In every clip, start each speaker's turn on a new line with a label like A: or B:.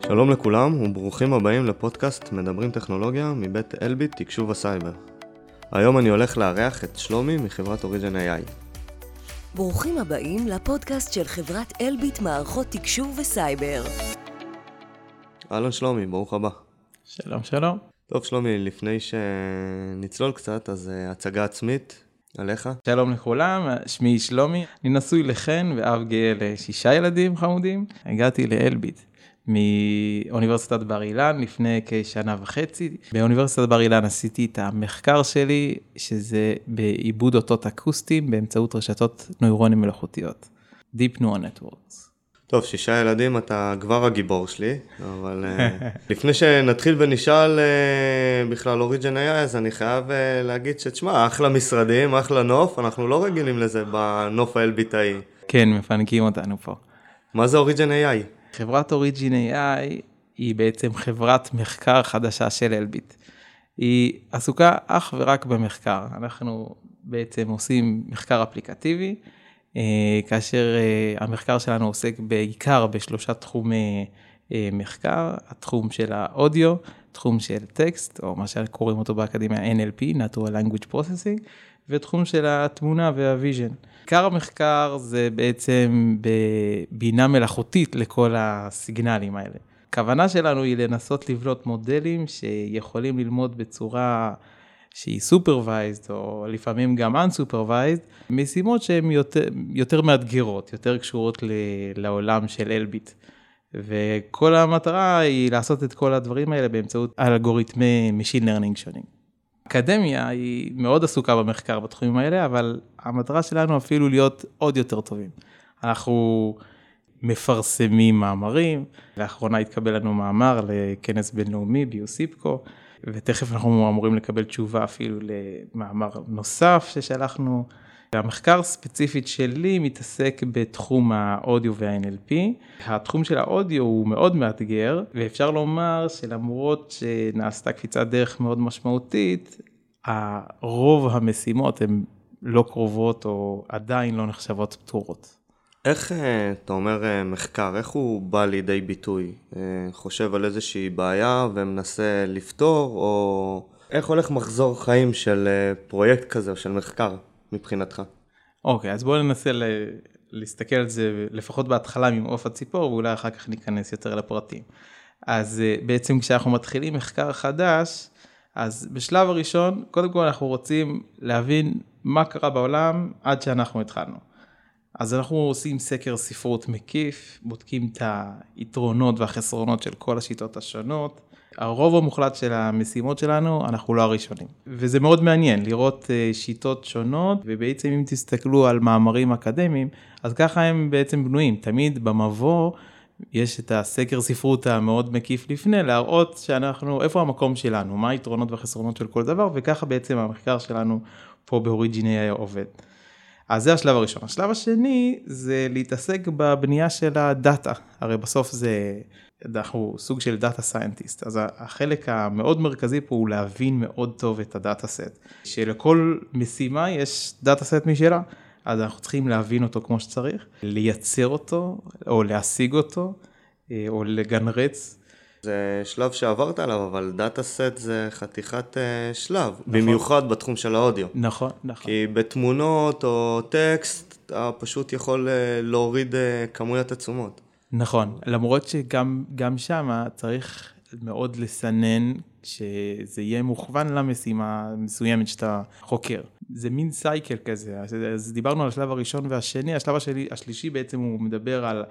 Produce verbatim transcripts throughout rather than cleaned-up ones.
A: שלום לכולם וברוכים הבאים לפודקאסט מדברים טכנולוגיה מבית אלביט תקשוב הסייבר. היום אני הולך לארח את שלומי מחברת אוריג'ן איי איי.
B: ברוכים הבאים לפודקאסט של חברת אלביט מערכות תקשוב וסייבר.
A: אהלן שלומי, ברוך הבא.
C: שלום שלום.
A: טוב שלומי, לפני שנצלול קצת, אז הצגה עצמית עליך.
C: שלום לכולם, שמי שלומי, אני נשוי לחן ואב גאה לשישה ילדים חמודים. הגעתי לאלביט מאוניברסיטת בר אילן לפני כשנה וחצי. באוניברסיטת בר אילן עשיתי את המחקר שלי, שזה בעיבוד אותות אקוסטיים באמצעות רשתות נוירונים מלאכותיות. Deep Neural Networks.
A: טוב, שישה ילדים, אתה כבר הגיבור שלי, אבל לפני שנתחיל ונשאל בכלל אוריג'ן איי איי, אז אני חייב להגיד שתשמע, אחלה משרדים, אחלה נוף, אנחנו לא רגילים לזה בנוף האלביטאי.
C: כן, מפנקים אותנו פה.
A: מה זה אוריג'ן איי איי?
C: חברת אוריג'ן איי איי היא בעצם חברת מחקר חדשה של אלביט. היא עסוקה אך ורק במחקר. אנחנו בעצם עושים מחקר אפליקטיבי, כאשר המחקר שלנו עוסק בעיקר בשלושה תחומי מחקר, התחום של האודיו, תחום של טקסט, או מה שקוראים אותו באקדמיה אן אל פי, Natural Language Processing, ותחום של התמונה והוויז'ן. עיקר המחקר זה בעצם בבינה מלאכותית לכל הסיגנלים האלה. הכוונה שלנו היא לנסות לבנות מודלים שיכולים ללמוד בצורה שהיא supervised, או לפעמים גם unsupervised, משימות שהן יותר, יותר מאתגרות, יותר קשורות ל, לעולם של אלביט. וכל המטרה היא לעשות את כל הדברים האלה באמצעות אלגוריתמי Machine Learning שונים. האקדמיה היא מאוד עסוקה במחקר בתחומים האלה, אבל המטרה שלנו אפילו להיות עוד יותר טובים. אנחנו מפרסמים מאמרים, לאחרונה התקבל לנו מאמר לכנס בינלאומי ביוסיפקו, ותכף אנחנו אמורים לקבל תשובה אפילו למאמר נוסף ששלחנו. המחקר ספציפית שלי מתעסק בתחום האודיו וה-אן אל פי. התחום של האודיו הוא מאוד מאתגר, ואפשר לומר שלמרות שנעשתה קפיצת דרך מאוד משמעותית, הרוב המשימות הן לא קרובות או עדיין לא נחשבות פתורות.
A: איך, אתה אומר, מחקר, איך הוא בא לידי ביטוי? חושב על איזושהי בעיה ומנסה לפתור, או איך הולך מחזור חיים של פרויקט כזה או של מחקר מבחינתך?
C: אוקיי, אז בואו ננסה ל- להסתכל על זה לפחות בהתחלה ממעוף הציפור, ואולי אחר כך ניכנס יותר לפרטים. אז בעצם כשאנחנו מתחילים מחקר חדש, אז בשלב הראשון, קודם כל אנחנו רוצים להבין מה קרה בעולם עד שאנחנו התחלנו. אז אנחנו עושים סקר ספרות מקיף, בודקים את היתרונות והחסרונות של כל השיטות השונות. הרוב המוחלט של המשימות שלנו, אנחנו לא הראשונים. וזה מאוד מעניין לראות שיטות שונות, ובעצם אם תסתכלו על מאמרים אקדמיים, אז ככה הם בעצם בנויים. תמיד במבוא יש את הסקר ספרות המאוד מקיף לפני, להראות שאנחנו, איפה המקום שלנו, מה היתרונות והחסרונות של כל דבר, וככה בעצם המחקר שלנו פה באוריג'ן איי איי עובד. אז זה השלב הראשון. השלב השני זה להתעסק בבנייה של הדאטה. הרי בסוף זה, אנחנו סוג של דאטה סיינטיסט. אז החלק המאוד מרכזי פה הוא להבין מאוד טוב את הדאטה סט. שלכל משימה יש דאטה סט משלה. אז אנחנו צריכים להבין אותו כמו שצריך, לייצר אותו, או להשיג אותו, או לגנרץ.
A: זה שלב שעברת עליו, אבל דאטה סט זה חתיכת uh, שלב, נכון. במיוחד בתחום של האודיו.
C: נכון, נכון.
A: כי בתמונות או טקסט, אתה פשוט יכול uh, להוריד uh, כמויות עצומות.
C: נכון, למרות שגם גם שם צריך מאוד לסנן, שזה יהיה מוכוון למשימה מסוימת שאתה חוקר. זה מין סייקל כזה, אז דיברנו על השלב הראשון והשני, השלב השלי, השלישי בעצם הוא מדבר על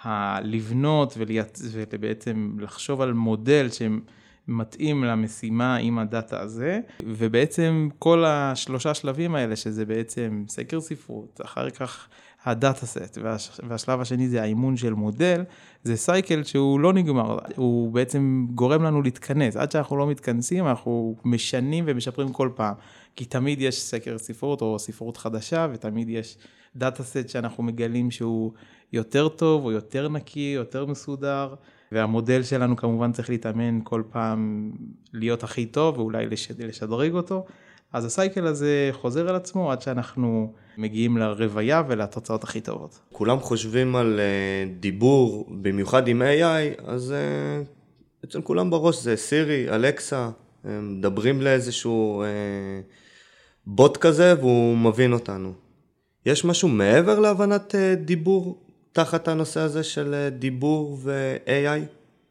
C: הלבנות ובעצם לחשוב על מודל שמתאים למשימה עם הדאטה הזה, ובעצם כל השלושה שלבים האלה, שזה בעצם סקר ספרות, אחר כך הדאטה סט, והשלב השני זה האימון של מודל, זה סייקל שהוא לא נגמר, הוא בעצם גורם לנו להתכנס, עד שאנחנו לא מתכנסים, אנחנו משנים ומשפרים כל פעם, כי תמיד יש סקר ספרות או ספרות חדשה, ותמיד יש דאטה סט שאנחנו מגלים שהוא יותר טוב או יותר נקי, יותר מסודר, והמודל שלנו כמובן צריך להתאמן כל פעם להיות הכי טוב, ואולי לשדרג אותו, אז הסייקל הזה חוזר על עצמו עד שאנחנו מגיעים לרוויה ולתוצאות הכי טובות.
A: כולם חושבים על uh, דיבור, במיוחד עם איי איי, אז uh, אצל כולם בראש זה סירי, אלקסה, הם מדברים לאיזשהו uh, בוט כזה והוא מבין אותנו. יש משהו מעבר להבנת uh, דיבור תחת הנושא הזה של uh, דיבור ו-איי איי?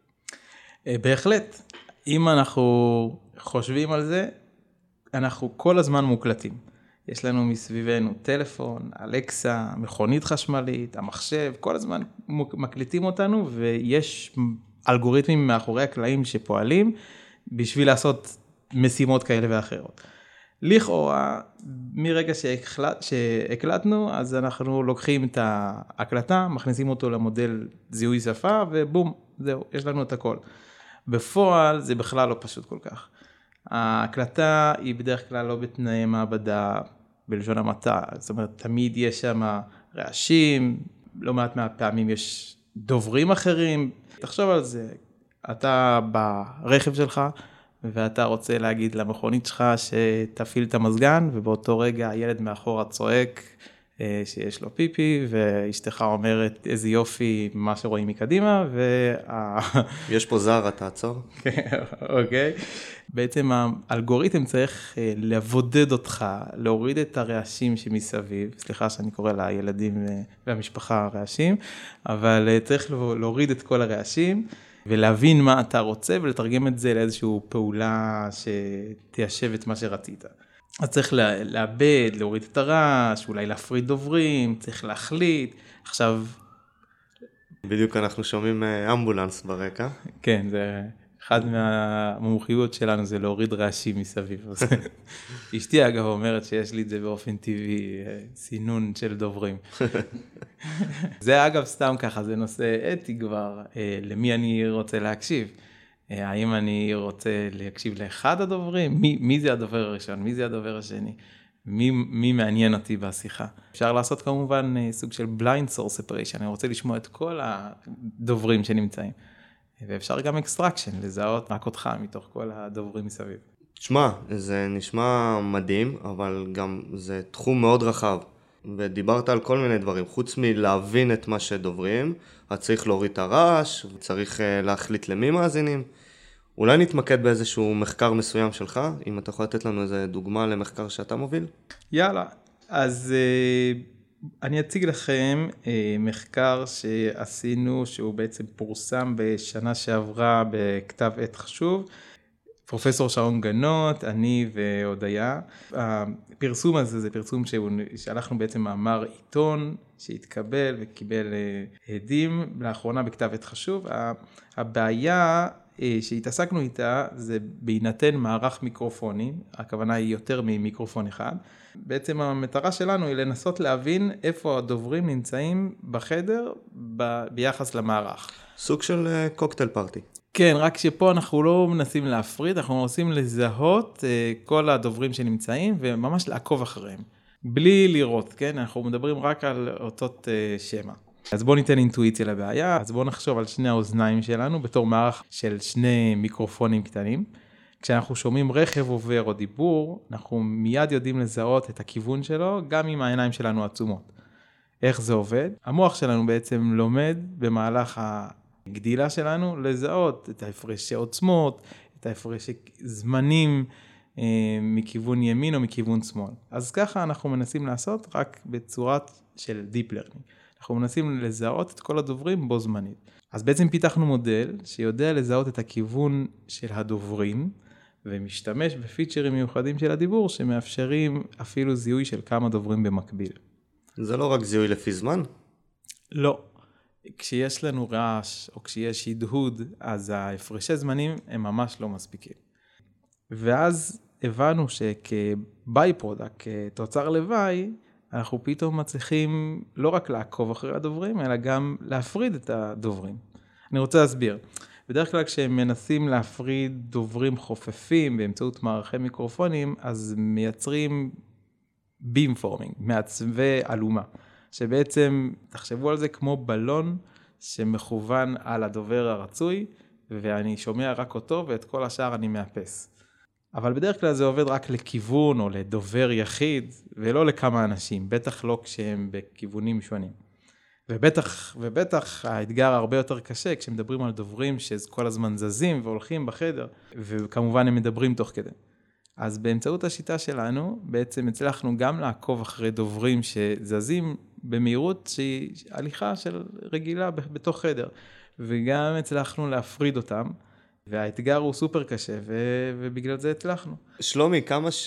C: Uh, בהחלט. אם אנחנו חושבים על זה, אנחנו כל הזמן מוקלטים. יש לנו מסביבנו טלפון, אלקסה, מכונית חשמלית, המחשב, כל הזמן מקליטים אותנו, ויש אלגוריתמים מאחורי הקלעים שפועלים בשביל לעשות משימות כאלה ואחרות. לכאורה, מרגע שהקלט, שהקלטנו, אז אנחנו לוקחים את ההקלטה, מכניסים אותו למודל זיהוי שפה, ובום, זהו, יש לנו את הכל. בפועל זה בכלל לא פשוט כל כך. ההקלטה היא בדרך כלל לא בתנאי מעבדה בלשון המעטה, זאת אומרת, תמיד יש שם רעשים, לא מעט מהפעמים יש דוברים אחרים. תחשוב על זה, אתה ברכב שלך, ואתה רוצה להגיד למכונית שלך שתפעיל את המזגן, ובאותו רגע הילד מאחורה צועק שיש לו פיפי, ואשתך אומרת איזה יופי מה שרואים מקדימה, וה...
A: יש פה זר, תעצור.
C: אוקיי. בעצם האלגוריתם צריך לבודד אותך, להוריד את הרעשים שמסביב, סליחה שאני קורא לילדים והמשפחה רעשים, אבל צריך להוריד את כל הרעשים, ולהבין מה אתה רוצה, ולתרגם את זה לאיזושהי פעולה שתיישב את מה שרצית. אז צריך לאבד, להוריד את הרעש, אולי להפריד דוברים, צריך להחליט. עכשיו...
A: בדיוק אנחנו שומעים אמבולנס ברקע.
C: כן, זה אחד מהמומחיות שלנו, זה להוריד רעשים מסביב. אשתי אגב אומרת שיש לי את זה באופן טבעי, סינון של דוברים. זה אגב סתם ככה, זה נושא אתי כבר, למי אני רוצה להקשיב. האם אני רוצה להקשיב לאחד הדוברים? מי, מי זה הדובר הראשון? מי זה הדובר השני? מי, מי מעניין אותי בשיחה? אפשר לעשות כמובן סוג של blind source separation. אני רוצה לשמוע את כל הדוברים שנמצאים. ואפשר גם extraction, לזהות רק אותך מתוך כל הדוברים מסביב.
A: תשמע, זה נשמע מדהים, אבל גם זה תחום מאוד רחב. ודיברת על כל מיני דברים. חוץ מלהבין את מה שדוברים, אז צריך להוריד את הרעש, צריך להחליט למי מאזינים. אולי נתמקד באיזשהו מחקר מסוים שלך, אם אתה יכול לתת לנו איזו דוגמה למחקר שאתה מוביל?
C: יאללה, אז אני אציג לכם מחקר שעשינו, שהוא בעצם פורסם בשנה שעברה בכתב עת חשוב, פרופסור שרון גנות, אני והודיה. הפרסום הזה זה פרסום שהלכנו בעצם מאמר עיתון שהתקבל וקיבל עדים לאחרונה בכתב עת חשוב. הבעיה שהתעסקנו איתה זה בהינתן מערך מיקרופונים, הכוונה היא יותר ממיקרופון אחד. בעצם המטרה שלנו היא לנסות להבין איפה הדוברים נמצאים בחדר ב- ביחס למערך.
A: סוג של קוקטייל פארטי.
C: כן, רק שפה אנחנו לא מנסים להפריד, אנחנו רוצים לזהות כל הדוברים שנמצאים וממש לעקוב אחריהם. בלי לראות, כן? אנחנו מדברים רק על אותות שמה. אז בואו ניתן אינטואיציה לבעיה, אז בואו נחשוב על שני האוזניים שלנו בתור מערך של שני מיקרופונים קטנים. כשאנחנו שומעים רכב עובר או דיבור, אנחנו מיד יודעים לזהות את הכיוון שלו, גם אם העיניים שלנו עצומות. איך זה עובד? המוח שלנו בעצם לומד במהלך הגדילה שלנו לזהות את ההפרשי עוצמות, את ההפרשי זמנים אה, מכיוון ימין או מכיוון שמאל. אז ככה אנחנו מנסים לעשות רק בצורת של Deep Learning. אנחנו מנסים לזהות את כל הדוברים בו זמנית. אז בעצם פיתחנו מודל שיודע לזהות את הכיוון של הדוברים, ומשתמש בפיצ'רים מיוחדים של הדיבור, שמאפשרים אפילו זיהוי של כמה דוברים במקביל.
A: זה לא רק זיהוי לפי זמן?
C: לא. כשיש לנו רעש, או כשיש הדהוד, אז ההפרשי זמנים הם ממש לא מספיקים. ואז הבנו שכביי פרודקט, כתוצר לוואי, אנחנו פתאום מצליחים לא רק לעקוב אחרי הדוברים, אלא גם להפריד את הדוברים. אני רוצה להסביר. בדרך כלל כשהם מנסים להפריד דוברים חופפים באמצעות מערכי מיקרופונים, אז מייצרים beam forming, מעצבי אלומה, שבעצם תחשבו על זה כמו בלון שמכוון על הדובר הרצוי, ואני שומע רק אותו ואת כל השאר אני מאפס. אבל בדרך כלל זה עובד רק לכיוון או לדובר יחיד, ולא לכמה אנשים, בטח לא כשהם בכיוונים שונים. ובטח, ובטח האתגר הרבה יותר קשה כשמדברים על דוברים שכל הזמן זזים והולכים בחדר, וכמובן הם מדברים תוך כדי. אז באמצעות השיטה שלנו, בעצם הצלחנו גם לעקוב אחרי דוברים שזזים במהירות שהיא הליכה של רגילה בתוך חדר, וגם הצלחנו להפריד אותם, והאתגר הוא סופר קשה, ו- ובגלל זה הצלחנו.
A: שלומי, כמה ש...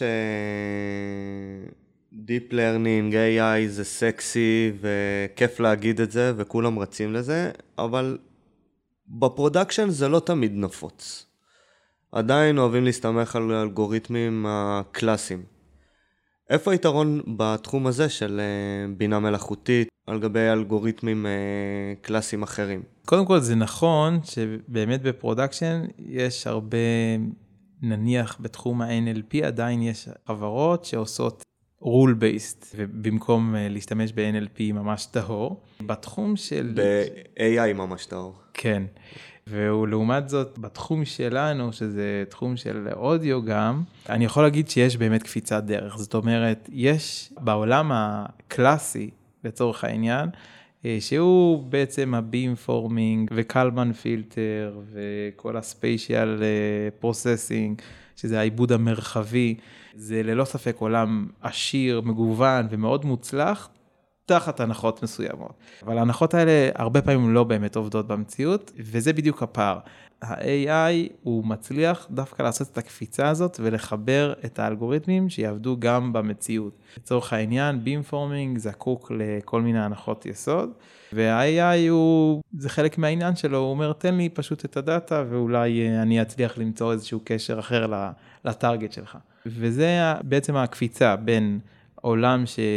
A: Deep Learning, איי איי זה סקסי וכיף להגיד את זה וכולם רצים לזה, אבל בפרודקשן זה לא תמיד נפוץ. עדיין אוהבים להסתמך על אלגוריתמים הקלאסיים. איפה היתרון בתחום הזה של בינה מלאכותית על גבי אלגוריתמים קלאסיים אחרים?
C: קודם כל זה נכון שבאמת בפרודקשן יש הרבה, נניח בתחום ה-אן אל פי עדיין יש חברות שעושות rule based, ובמקום להשתמש ב-אן אל פי ממש טהור. בתחום של...
A: ב-איי איי ממש טהור.
C: כן. ולעומת זאת, בתחום שלנו, שזה תחום של אודיו גם, אני יכול להגיד שיש באמת קפיצת דרך. זאת אומרת, יש בעולם הקלאסי, לצורך העניין, שהוא בעצם ה-beamforming ו-Kalman filter וכל ה-spatial processing, שזה העיבוד המרחבי, זה ללא ספק עולם עשיר, מגוון ומאוד מוצלח, תחת הנחות מסוימות. אבל ההנחות האלה הרבה פעמים לא באמת עובדות במציאות, וזה בדיוק הפער. ה-איי איי הוא מצליח דווקא לעשות את הקפיצה הזאת, ולחבר את האלגוריתמים שיעבדו גם במציאות. לצורך העניין, beamforming זקוק לכל מיני הנחות יסוד, וה-איי איי הוא, זה חלק מהעניין שלו, הוא אומר, תן לי פשוט את הדאטה, ואולי אני אצליח למצוא איזשהו קשר אחר לטארגט שלך. וזה בעצם הקפיצה בין עולם ש...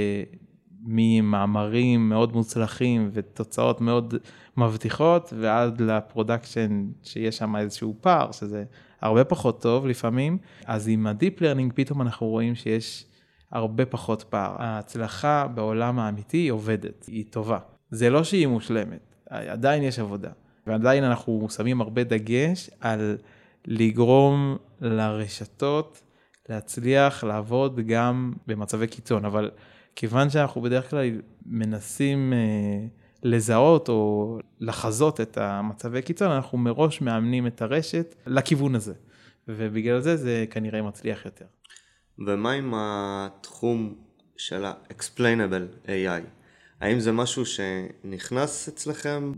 C: ממאמרים מאוד מוצלחים ותוצאות מאוד מבטיחות, ועד לפרודקשן שיש שם איזשהו פער, שזה הרבה פחות טוב לפעמים. אז עם הדיפ לרנינג פתאום אנחנו רואים שיש הרבה פחות פער. ההצלחה בעולם האמיתי היא עובדת, היא טובה. זה לא שהיא מושלמת, עדיין יש עבודה. ועדיין אנחנו שמים הרבה דגש על לגרום לרשתות להצליח לעבוד גם במצבי קיצון, אבל כיוון שאנחנו בדרך כלל מנסים אה, לזהות או לחזות את המצבי קיצון, אנחנו מראש מאמנים את הרשת לכיוון הזה. ובגלל זה זה כנראה מצליח יותר.
A: ומה עם התחום של ה-explainable איי איי? האם זה משהו שנכנס אצלכם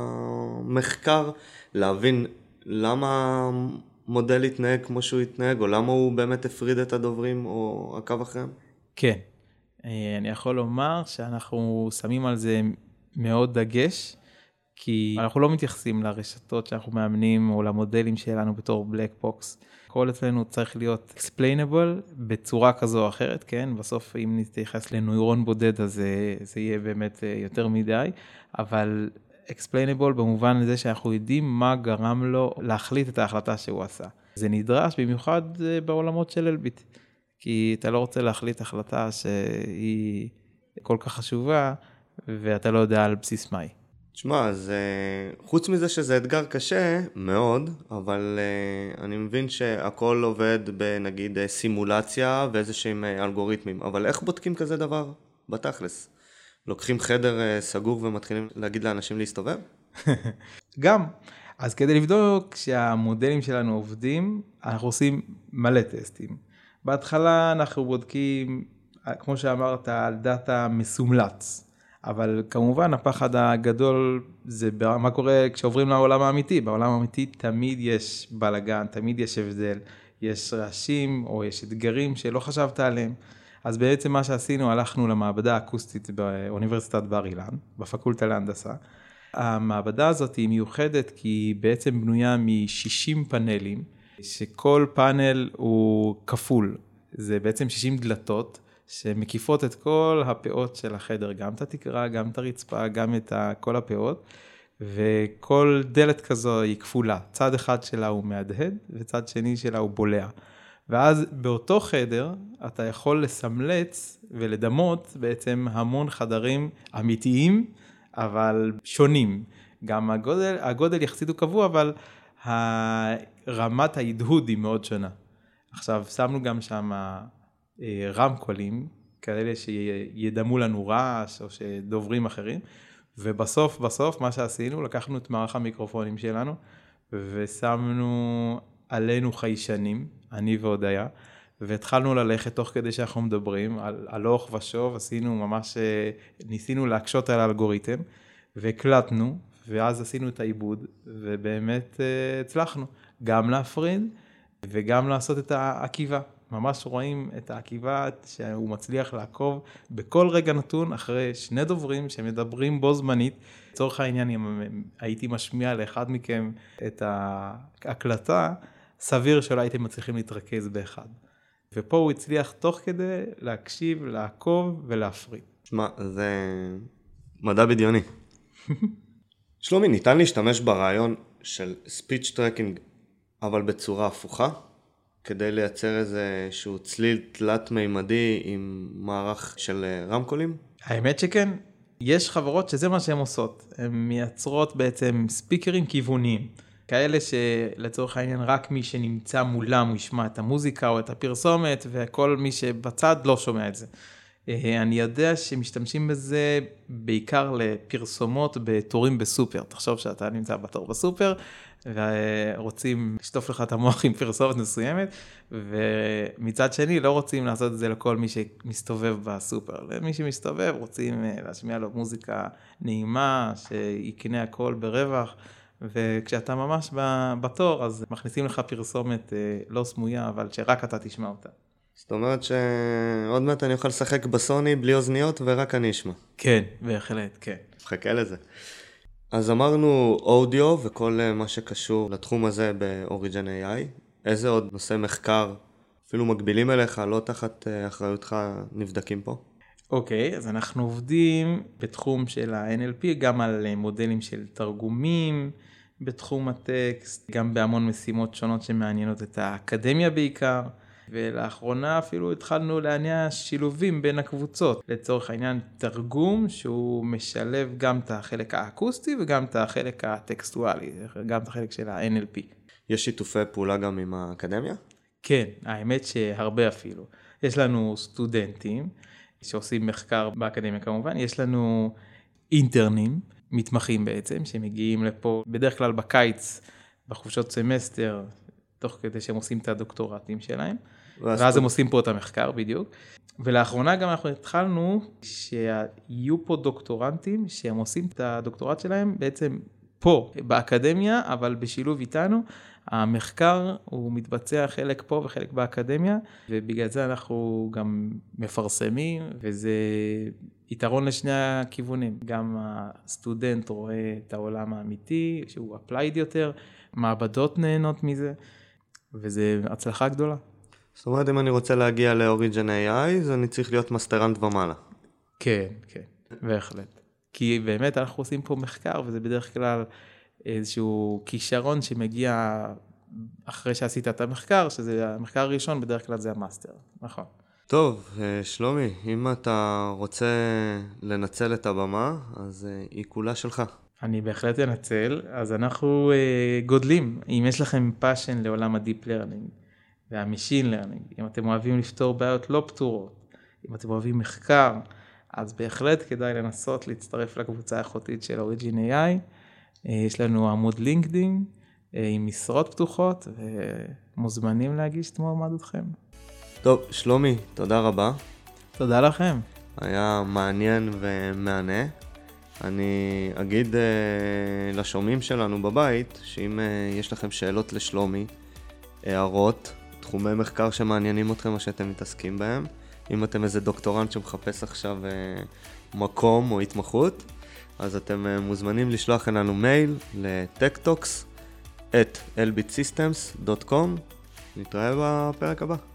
A: במחקר, להבין למה מודל יתנהג כמו שהוא יתנהג, או למה הוא באמת הפריד את הדוברים או עקב אחריהם?
C: כן. אני יכול לומר שאנחנו שמים על זה מאוד דגש, כי אנחנו לא מתייחסים לרשתות שאנחנו מאמנים או למודלים שלנו בתור בלק בוקס. כל אצלנו צריך להיות explainable בצורה כזו או אחרת, כן? בסוף אם נתייחס לנוירון בודד אז זה, זה יהיה באמת יותר מדי, אבל explainable במובן הזה שאנחנו יודעים מה גרם לו להחליט את ההחלטה שהוא עשה. זה נדרש במיוחד בעולמות של אלביט. כי אתה לא רוצה להחליט החלטה שהיא כל כך חשובה, ואתה לא יודע על בסיס מהי.
A: תשמע, אז חוץ מזה שזה אתגר קשה מאוד, אבל אני מבין שהכל עובד בנגיד סימולציה ואיזשהם אלגוריתמים, אבל איך בודקים כזה דבר בתכלס? לוקחים חדר סגור ומתחילים להגיד לאנשים להסתובב?
C: גם. אז כדי לבדוק שהמודלים שלנו עובדים, אנחנו עושים מלא טסטים. בהתחלה אנחנו בודקים, כמו שאמרת, על דאטה מסומלץ, אבל כמובן הפחד הגדול זה מה קורה כשעוברים לעולם האמיתי. בעולם האמיתי תמיד יש בלגן, תמיד יש הבדל, יש רעשים או יש אתגרים שלא חשבת עליהם. אז בעצם מה שעשינו, הלכנו למעבדה האקוסטית באוניברסיטת בר אילן, בפקולטה להנדסה. המעבדה הזאת היא מיוחדת כי היא בעצם בנויה מ-שישים פאנלים, שכל פאנל הוא כפול. זה בעצם שישים דלתות שמקיפות את כל הפאות של החדר, גם את התקרה, גם את הרצפה, גם את כל הפאות, וכל דלת כזו היא כפולה. צד אחד שלה הוא מהדהד, וצד שני שלה הוא בולע. ואז באותו חדר אתה יכול לסמלץ ולדמות בעצם המון חדרים אמיתיים, אבל שונים. גם הגודל, הגודל יחסית הוא קבוע, אבל רמת ההדהוד היא מאוד שונה. עכשיו, שמנו גם שם רמקולים, כאלה שידמו לנו רעש או שדוברים אחרים, ובסוף, בסוף, מה שעשינו, לקחנו את מערך המיקרופונים שלנו, ושמנו עלינו חיישנים, אני והודיה, והתחלנו ללכת תוך כדי שאנחנו מדברים, על הלוך ושוב, עשינו ממש, ניסינו להקשות על האלגוריתם, והקלטנו, ואז עשינו את העיבוד, ובאמת הצלחנו גם להפריד, וגם לעשות את העקיבה. ממש רואים את העקיבה שהוא מצליח לעקוב בכל רגע נתון אחרי שני דוברים שמדברים בו זמנית. לצורך העניין, אם הייתי משמיע לאחד מכם את ההקלטה, סביר שלא הייתם מצליחים להתרכז באחד. ופה הוא הצליח תוך כדי להקשיב, לעקוב ולהפריד.
A: מה, זה מדע בדיוני. שלומי, ניתן להשתמש ברעיון של ספיץ' טרקינג, אבל בצורה הפוכה? כדי לייצר איזשהו צליל תלת מימדי עם מערך של רמקולים?
C: האמת שכן, יש חברות שזה מה שהן עושות, הן מייצרות בעצם ספיקרים כיווניים, כאלה שלצורך העניין רק מי שנמצא מולם הוא ישמע את המוזיקה או את הפרסומת, וכל מי שבצד לא שומע את זה. אני יודע שמשתמשים בזה בעיקר לפרסומות בתורים בסופר, תחשוב שאתה נמצא בתור בסופר, ורוצים לשטוף לך את המוח עם פרסומת מסוימת, ומצד שני לא רוצים לעשות את זה לכל מי שמסתובב בסופר. למי שמסתובב רוצים להשמיע לו מוזיקה נעימה, שיקנה הכל ברווח, וכשאתה ממש בתור, אז מכניסים לך פרסומת לא סמויה, אבל שרק אתה תשמע אותה.
A: זאת אומרת שעוד מעט אני אוכל לשחק בסוני בלי אוזניות ורק אני אשמע.
C: כן, בהחלט, כן.
A: חכה לזה. אז אמרנו אודיו וכל מה שקשור לתחום הזה באוריג'ן איי איי. איזה עוד נושא מחקר, אפילו מקבילים אליך, לא תחת אחריותך, נבדקים פה?
C: אוקיי, אז אנחנו עובדים בתחום של ה-אן אל פי, גם על מודלים של תרגומים, בתחום הטקסט, גם בהמון משימות שונות שמעניינות את האקדמיה בעיקר, ולאחרונה אפילו התחלנו להניע שילובים בין הקבוצות, לצורך העניין תרגום שהוא משלב גם את החלק האקוסטי וגם את החלק הטקסטואלי, גם את החלק של ה-אן אל פי.
A: יש שיתופי פעולה גם עם האקדמיה?
C: כן, האמת שהרבה אפילו. יש לנו סטודנטים שעושים מחקר באקדמיה כמובן, יש לנו אינטרנים, מתמחים בעצם, שמגיעים לפה בדרך כלל בקיץ, בחופשות סמסטר, תוך כדי שהם עושים את הדוקטורטים שלהם, ואז הם עושים פה את המחקר בדיוק. ולאחרונה גם אנחנו התחלנו שיהיו פה דוקטורנטים שהם עושים את הדוקטורט שלהם בעצם פה באקדמיה, אבל בשילוב איתנו. המחקר הוא מתבצע חלק פה וחלק באקדמיה, ובגלל זה אנחנו גם מפרסמים, וזה יתרון לשני הכיוונים. גם הסטודנט רואה את העולם האמיתי, שהוא אפלייד יותר, מעבדות נהנות מזה, וזה הצלחה גדולה.
A: זאת אומרת, אם אני רוצה להגיע לאוריג'ן איי איי, אז אני צריך להיות מסטרנט ומעלה.
C: כן, כן, בהחלט. כי באמת אנחנו עושים פה מחקר, וזה בדרך כלל איזשהו כישרון שמגיע אחרי שעשית את המחקר, שזה המחקר הראשון, בדרך כלל זה המאסטר, נכון.
A: טוב, שלומי, אם אתה רוצה לנצל את הבמה, אז היא כולה שלך.
C: אני בהחלט אנצל, אז אנחנו uh, גודלים. אם יש לכם פאשן לעולם הדיפ לרנינג והמשין לרנינג, אם אתם אוהבים לפתור בעיות לא פתורות, אם אתם אוהבים מחקר, אז בהחלט כדאי לנסות להצטרף לקבוצה האחותית של אוריג'ן איי איי. Uh, יש לנו עמוד לינקדין uh, עם משרות פתוחות, ומוזמנים להגיש את מועמדותכם.
A: טוב, שלומי, תודה רבה.
C: תודה לכם.
A: היה מעניין ומענה. אני אגיד uh, לשומעים שלנו בבית, שאם uh, יש לכם שאלות לשלומי, הערות, תחומי מחקר שמעניינים אתכם או שאתם מתעסקים בהם, אם אתם איזה דוקטורנט שמחפש עכשיו uh, מקום או התמחות, אז אתם uh, מוזמנים לשלוח אלינו מייל ל-techtalks at elbitsystems dot com. נתראה בפרק הבא.